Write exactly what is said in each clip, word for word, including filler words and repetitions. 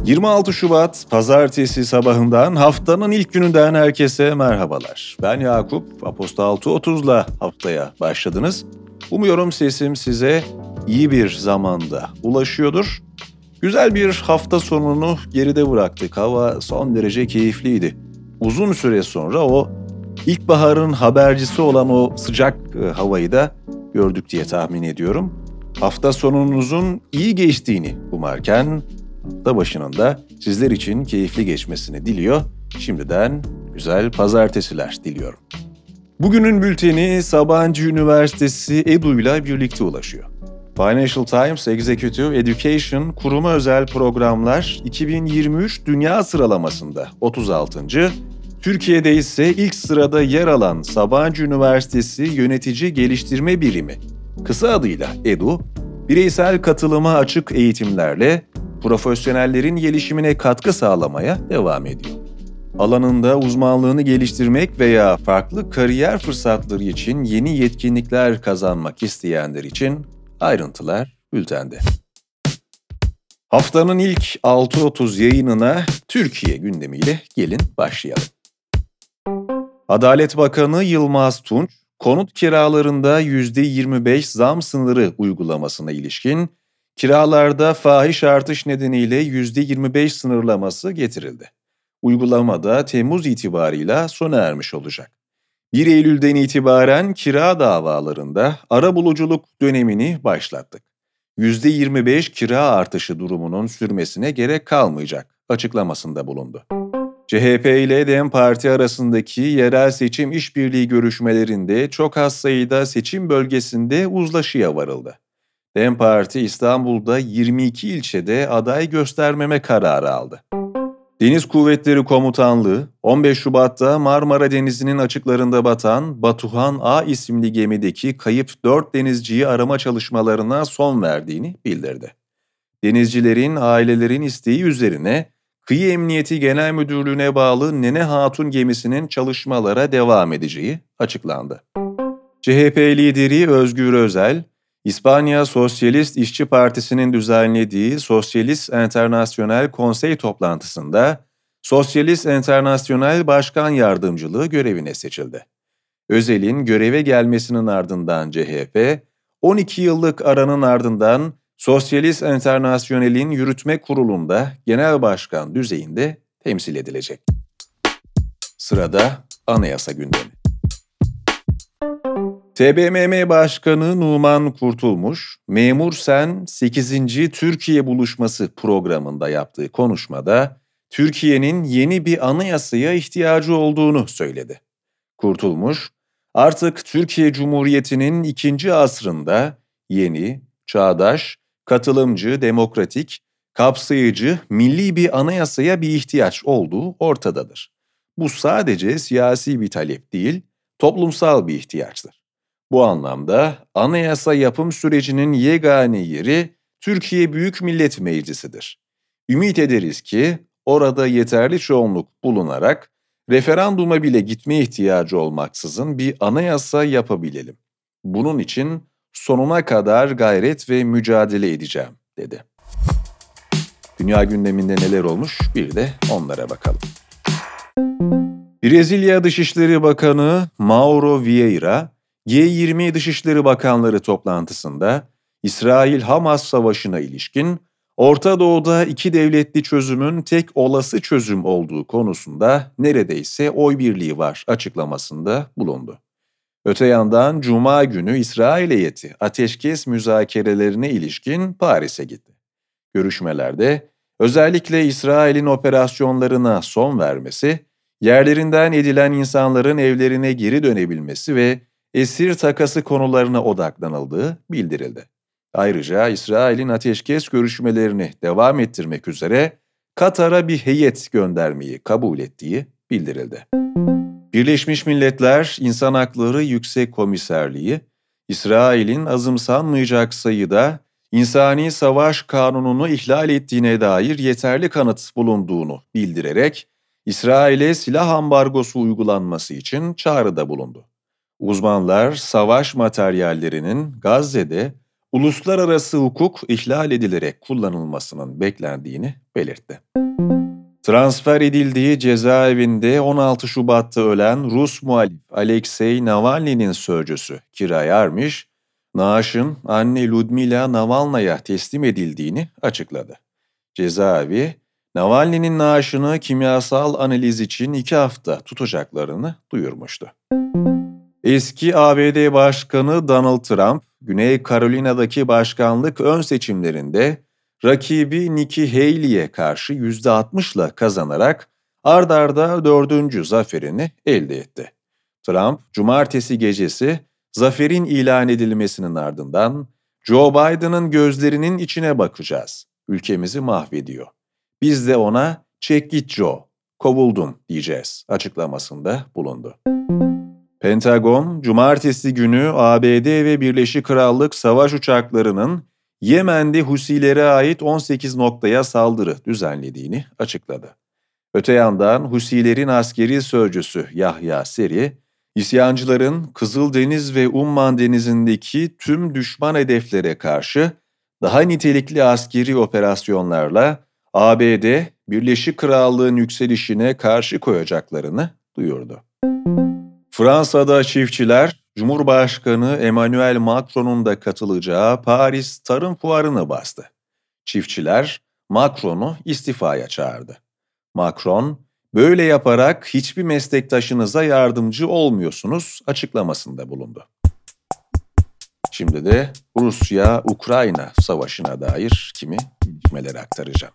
yirmi altı Şubat Pazartesi sabahından haftanın ilk gününden herkese merhabalar. Ben Yakup, Aposta altı otuzla haftaya başladınız. Umuyorum sesim size iyi bir zamanda ulaşıyordur. Güzel bir hafta sonunu geride bıraktık. Hava son derece keyifliydi. Uzun süre sonra o ilkbaharın habercisi olan o sıcak e, havayı da gördük diye tahmin ediyorum. Hafta sonunuzun iyi geçtiğini umarken hafta başının da sizler için keyifli geçmesini diliyor. Şimdiden güzel pazartesiler diliyorum. Bugünün bülteni Sabancı Üniversitesi Edu ile birlikte ulaşıyor. Financial Times Executive Education kuruma özel programlar iki bin yirmi üç dünya sıralamasında otuz altıncı. Türkiye'de ise ilk sırada yer alan Sabancı Üniversitesi Yönetici Geliştirme Birimi, kısa adıyla Edu, bireysel katılıma açık eğitimlerle profesyonellerin gelişimine katkı sağlamaya devam ediyor. Alanında uzmanlığını geliştirmek veya farklı kariyer fırsatları için yeni yetkinlikler kazanmak isteyenler için ayrıntılar bültende. Haftanın ilk altı otuz yayınına Türkiye gündemiyle gelin başlayalım. Adalet Bakanı Yılmaz Tunç, konut kiralarında yüzde yirmi beş zam sınırı uygulamasına ilişkin kiralarda fahiş artış nedeniyle yüzde yirmi beş sınırlaması getirildi. Uygulamada Temmuz itibarıyla sona ermiş olacak. bir Eylül'den itibaren kira davalarında arabuluculuk dönemini başlattık. yüzde yirmi beş kira artışı durumunun sürmesine gerek kalmayacak açıklamasında bulundu. C H P ile DEM Parti arasındaki yerel seçim işbirliği görüşmelerinde çok az sayıda seçim bölgesinde uzlaşıya varıldı. DEM Parti İstanbul'da yirmi iki ilçede aday göstermeme kararı aldı. Deniz Kuvvetleri Komutanlığı, on beş Şubat'ta Marmara Denizi'nin açıklarında batan Batuhan A isimli gemideki kayıp dört denizciyi arama çalışmalarına son verdiğini bildirdi. Denizcilerin ailelerin isteği üzerine Kıyı Emniyeti Genel Müdürlüğü'ne bağlı Nene Hatun gemisinin çalışmalara devam edeceği açıklandı. C H P lideri Özgür Özel, İspanya Sosyalist İşçi Partisi'nin düzenlediği Sosyalist Enternasyonel Konsey toplantısında Sosyalist Enternasyonel Başkan Yardımcılığı görevine seçildi. Özel'in göreve gelmesinin ardından C H P, on iki yıllık aranın ardından Sosyalist Enternasyonel'in yürütme kurulunda genel başkan düzeyinde temsil edilecek. Sırada anayasa gündemi. T B M M Başkanı Numan Kurtulmuş, Memur Sen sekizinci Türkiye Buluşması programında yaptığı konuşmada Türkiye'nin yeni bir anayasaya ihtiyacı olduğunu söyledi. Kurtulmuş, artık Türkiye Cumhuriyeti'nin ikinci asrında yeni, çağdaş, katılımcı, demokratik, kapsayıcı, milli bir anayasaya bir ihtiyaç olduğu ortadadır. Bu sadece siyasi bir talep değil, toplumsal bir ihtiyaçtır. Bu anlamda anayasa yapım sürecinin yegane yeri Türkiye Büyük Millet Meclisi'dir. Ümit ederiz ki orada yeterli çoğunluk bulunarak referanduma bile gitme ihtiyacı olmaksızın bir anayasa yapabilelim. Bunun için sonuna kadar gayret ve mücadele edeceğim, dedi. Dünya gündeminde neler olmuş bir de onlara bakalım. Brezilya Dışişleri Bakanı Mauro Vieira, G yirmi Dışişleri Bakanları toplantısında İsrail-Hamas savaşına ilişkin Orta Doğu'da iki devletli çözümün tek olası çözüm olduğu konusunda neredeyse oy birliği var açıklamasında bulundu. Öte yandan Cuma günü İsrail heyeti ateşkes müzakerelerine ilişkin Paris'e gitti. Görüşmelerde özellikle İsrail'in operasyonlarına son vermesi, yerlerinden edilen insanların evlerine geri dönebilmesi ve esir takası konularına odaklanıldığı bildirildi. Ayrıca İsrail'in ateşkes görüşmelerini devam ettirmek üzere Katar'a bir heyet göndermeyi kabul ettiği bildirildi. Birleşmiş Milletler İnsan Hakları Yüksek Komiserliği, İsrail'in azımsanmayacak sayıda insani savaş kanununu ihlal ettiğine dair yeterli kanıt bulunduğunu bildirerek İsrail'e silah ambargosu uygulanması için çağrıda bulundu. Uzmanlar savaş materyallerinin Gazze'de uluslararası hukuk ihlal edilerek kullanılmasının beklendiğini belirtti. Transfer edildiği cezaevinde on altı Şubat'ta ölen Rus muhalif Alexei Navalny'nin sözcüsü Kira Yarmış, naaşın anne Ludmila Navalna'ya teslim edildiğini açıkladı. Cezaevi, Navalny'nin naaşını kimyasal analiz için iki hafta tutacaklarını duyurmuştu. Eski A B D Başkanı Donald Trump, Güney Carolina'daki başkanlık ön seçimlerinde rakibi Nikki Haley'e karşı yüzde altmışla kazanarak ard arda dördüncü zaferini elde etti. Trump, cumartesi gecesi zaferin ilan edilmesinin ardından Joe Biden'ın gözlerinin içine bakacağız. Ülkemizi mahvediyor. Biz de ona çek git Joe, kovuldun diyeceğiz açıklamasında bulundu. Pentagon, cumartesi günü A B D ve Birleşik Krallık savaş uçaklarının Yemen'de Husilere ait on sekiz noktaya saldırı düzenlediğini açıkladı. Öte yandan Husilerin askeri sözcüsü Yahya Seri, isyancıların Kızıldeniz ve Umman Denizi'ndeki tüm düşman hedeflere karşı daha nitelikli askeri operasyonlarla A B D, Birleşik Krallık'ın yükselişine karşı koyacaklarını duyurdu. Fransa'da çiftçiler, Cumhurbaşkanı Emmanuel Macron'un da katılacağı Paris Tarım Fuarı'nı bastı. Çiftçiler, Macron'u istifaya çağırdı. Macron, böyle yaparak hiçbir meslektaşınıza yardımcı olmuyorsunuz açıklamasında bulundu. Şimdi de Rusya-Ukrayna savaşına dair kimi gelişmeleri aktaracağım.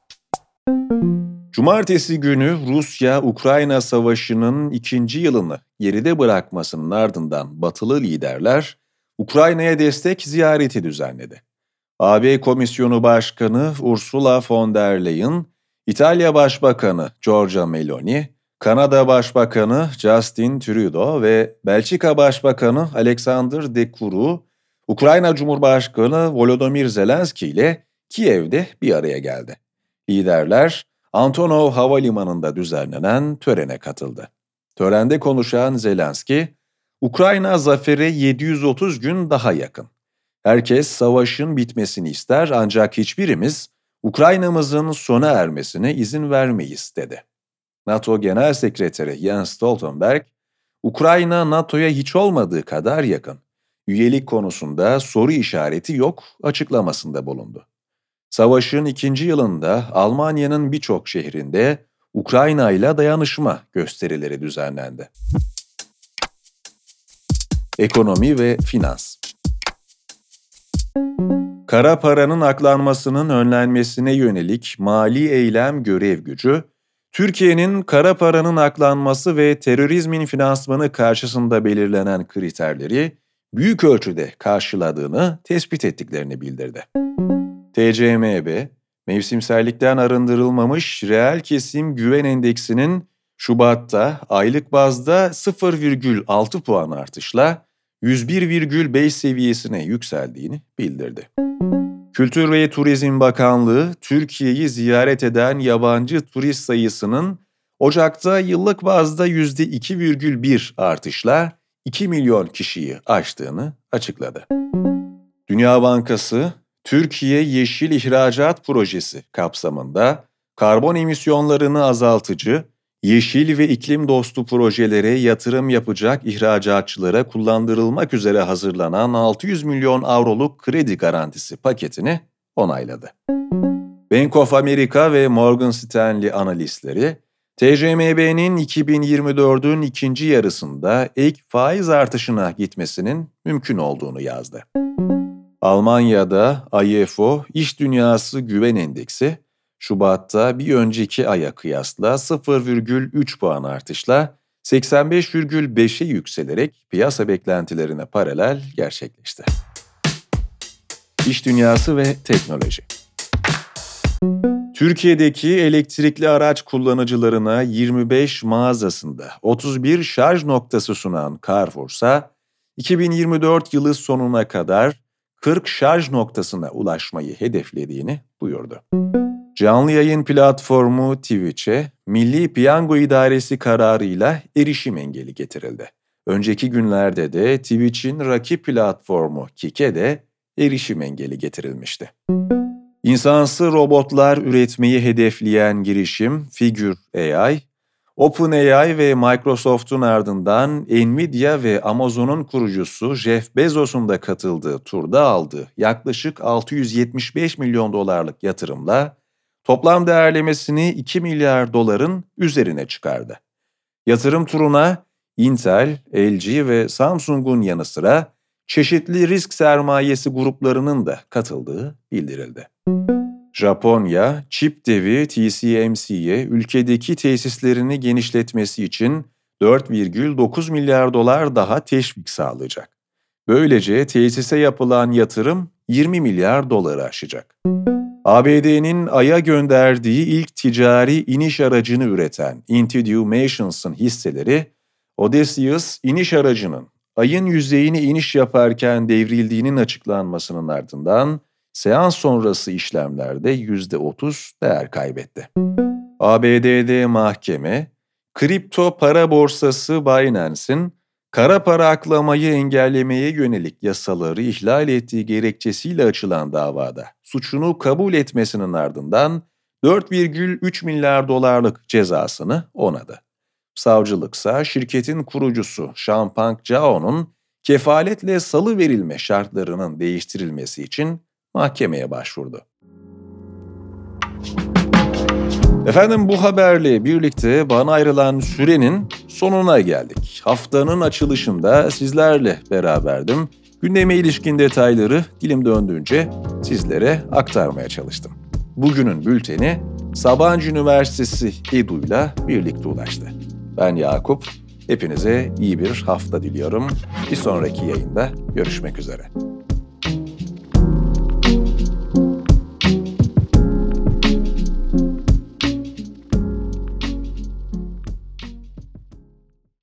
Cumartesi günü Rusya-Ukrayna savaşının ikinci yılını geride bırakmasının ardından batılı liderler Ukrayna'ya destek ziyareti düzenledi. A B Komisyonu Başkanı Ursula von der Leyen, İtalya Başbakanı Giorgia Meloni, Kanada Başbakanı Justin Trudeau ve Belçika Başbakanı Alexander De Croo, Ukrayna Cumhurbaşkanı Volodymyr Zelenski ile Kiev'de bir araya geldi. Liderler Antonov Havalimanı'nda düzenlenen törene katıldı. Törende konuşan Zelenski, Ukrayna zafere yedi yüz otuz gün daha yakın. Herkes savaşın bitmesini ister ancak hiçbirimiz Ukrayna'mızın sona ermesine izin vermeyiz dedi. NATO Genel Sekreteri Jens Stoltenberg, Ukrayna NATO'ya hiç olmadığı kadar yakın. Üyelik konusunda soru işareti yok açıklamasında bulundu. Savaşın ikinci yılında Almanya'nın birçok şehrinde Ukrayna ile dayanışma gösterileri düzenlendi. Ekonomi ve finans. Kara paranın aklanmasının önlenmesine yönelik mali eylem görev gücü, Türkiye'nin kara paranın aklanması ve terörizmin finansmanı karşısında belirlenen kriterleri büyük ölçüde karşıladığını tespit ettiklerini bildirdi. T C M B, mevsimsellikten arındırılmamış reel kesim güven endeksinin Şubat'ta aylık bazda sıfır virgül altı puan artışla yüz bir virgül beş seviyesine yükseldiğini bildirdi. Kültür ve Turizm Bakanlığı, Türkiye'yi ziyaret eden yabancı turist sayısının Ocak'ta yıllık bazda yüzde iki virgül bir artışla iki milyon kişiyi aştığını açıkladı. Dünya Bankası, Türkiye Yeşil İhracat Projesi kapsamında karbon emisyonlarını azaltıcı, yeşil ve iklim dostu projelere yatırım yapacak ihracatçılara kullandırılmak üzere hazırlanan altı yüz milyon avroluk kredi garantisi paketini onayladı. Bank of America ve Morgan Stanley analistleri, T C M B'nin iki bin yirmi dördün ikinci yarısında ek faiz artışına gitmesinin mümkün olduğunu yazdı. Almanya'da I F O İş Dünyası Güven Endeksi, Şubat'ta bir önceki aya kıyasla sıfır virgül üç puan artışla seksen beş virgül beşe yükselerek piyasa beklentilerine paralel gerçekleşti. İş Dünyası ve Teknoloji. Türkiye'deki elektrikli araç kullanıcılarına yirmi beş mağazasında otuz bir şarj noktası sunan Carrefour'sa, iki bin yirmi dört yılı sonuna kadar kırk şarj noktasına ulaşmayı hedeflediğini duyurdu. Canlı yayın platformu Twitch'e Milli Piyango İdaresi kararıyla erişim engeli getirildi. Önceki günlerde de Twitch'in rakip platformu Kick'e de erişim engeli getirilmişti. İnsansı robotlar üretmeyi hedefleyen girişim Figure A I, OpenAI ve Microsoft'un ardından Nvidia ve Amazon'un kurucusu Jeff Bezos'un da katıldığı turda aldığı yaklaşık altı yüz yetmiş beş milyon dolarlık yatırımla toplam değerlemesini iki milyar doların üzerine çıkardı. Yatırım turuna Intel, L G ve Samsung'un yanı sıra çeşitli risk sermayesi gruplarının da katıldığı bildirildi. Japonya, çip devi T S M C'ye ülkedeki tesislerini genişletmesi için dört virgül dokuz milyar dolar daha teşvik sağlayacak. Böylece tesise yapılan yatırım yirmi milyar doları aşacak. A B D'nin Ay'a gönderdiği ilk ticari iniş aracını üreten Intuitive Machines hisseleri, Odysseus iniş aracının Ay'ın yüzeyine iniş yaparken devrildiğinin açıklanmasının ardından seans sonrası işlemlerde yüzde otuz değer kaybetti. A B D'de mahkeme, kripto para borsası Binance'in kara para aklamayı engellemeye yönelik yasaları ihlal ettiği gerekçesiyle açılan davada suçunu kabul etmesinin ardından dört virgül üç milyar dolarlık cezasını onadı. Savcılıksa şirketin kurucusu Changpeng Zhao'nun kefaletle salı verilme şartlarının değiştirilmesi için mahkemeye başvurdu. Efendim, bu haberle birlikte bana ayrılan sürenin sonuna geldik. Haftanın açılışında sizlerle beraberdim. Gündeme ilişkin detayları dilim döndüğünce sizlere aktarmaya çalıştım. Bugünün bülteni Sabancı Üniversitesi Edu'yla birlikte ulaştı. Ben Yakup, hepinize iyi bir hafta diliyorum. Bir sonraki yayında görüşmek üzere.